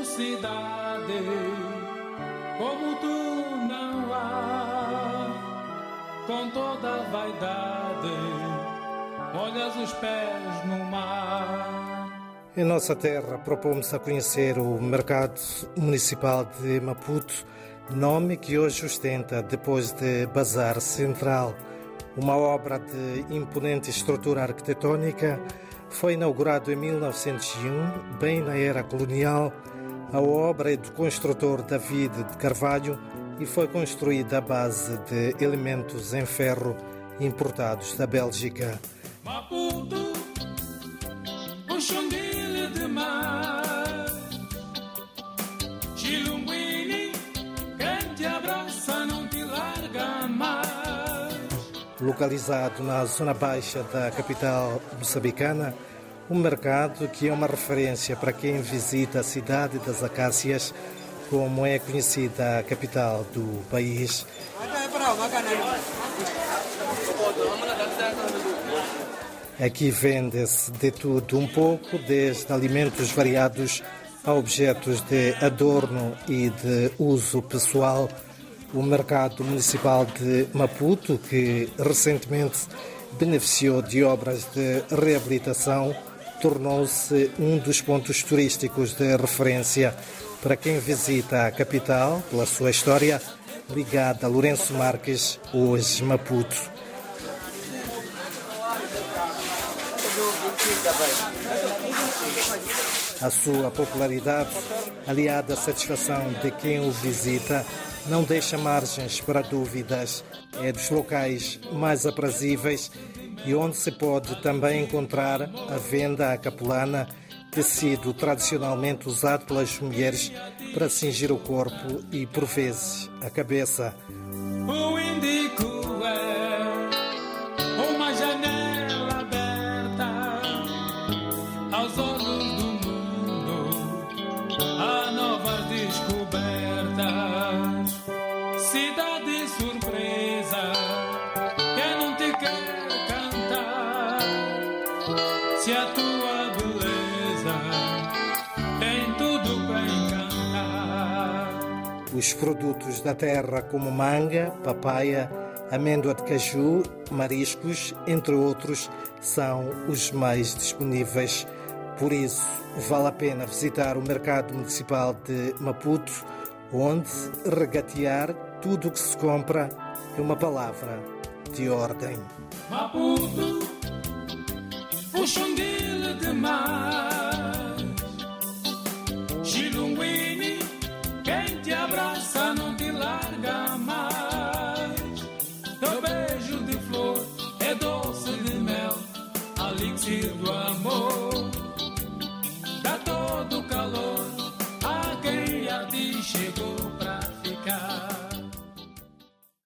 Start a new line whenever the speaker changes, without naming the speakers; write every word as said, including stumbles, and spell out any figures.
mocidade, como tu não há, com toda a vaidade, molhas os pés no mar.
Em nossa terra propomos a conhecer o Mercado Municipal de Maputo, nome que hoje ostenta depois de Bazar Central. Uma obra de imponente estrutura arquitetónica, foi inaugurado em mil novecentos e um, bem na era colonial. A obra é do construtor David de Carvalho e foi construída à base de elementos em ferro importados da Bélgica.
Maputo, o chundile de mar, Chilumbuini, quem te abraça não te larga mais.
Localizado na zona baixa da capital moçambicana, um mercado que é uma referência para quem visita a cidade das Acácias, como é conhecida a capital do país. Aqui vende-se de tudo um pouco, desde alimentos variados a objetos de adorno e de uso pessoal. O Mercado Municipal de Maputo, que recentemente beneficiou de obras de reabilitação, tornou-se um dos pontos turísticos de referência para quem visita a capital, pela sua história ligada a Lourenço Marques, hoje Maputo. A sua popularidade, aliada à satisfação de quem o visita, não deixa margens para dúvidas. É dos locais mais aprazíveis e onde se pode também encontrar a venda à capulana, tecido tradicionalmente usado pelas mulheres para cingir o corpo e, por vezes, a cabeça.
O índico é uma janela aberta aos olhos do mundo, a novas descobertas. Cidade surpresa, quem não te quer cantar, se a tua beleza tem tudo para encantar.
Os produtos da terra como manga, papaya, amêndoa de caju, mariscos, entre outros, são os mais disponíveis. Por isso, vale a pena visitar o Mercado Municipal de Maputo, onde regatear tudo o que se compra é uma palavra de ordem.
Maputo, o chundile de mar, Chilumbuini, quem te abraça não te larga mais. Teu beijo de flor é doce de mel, elixir do amor.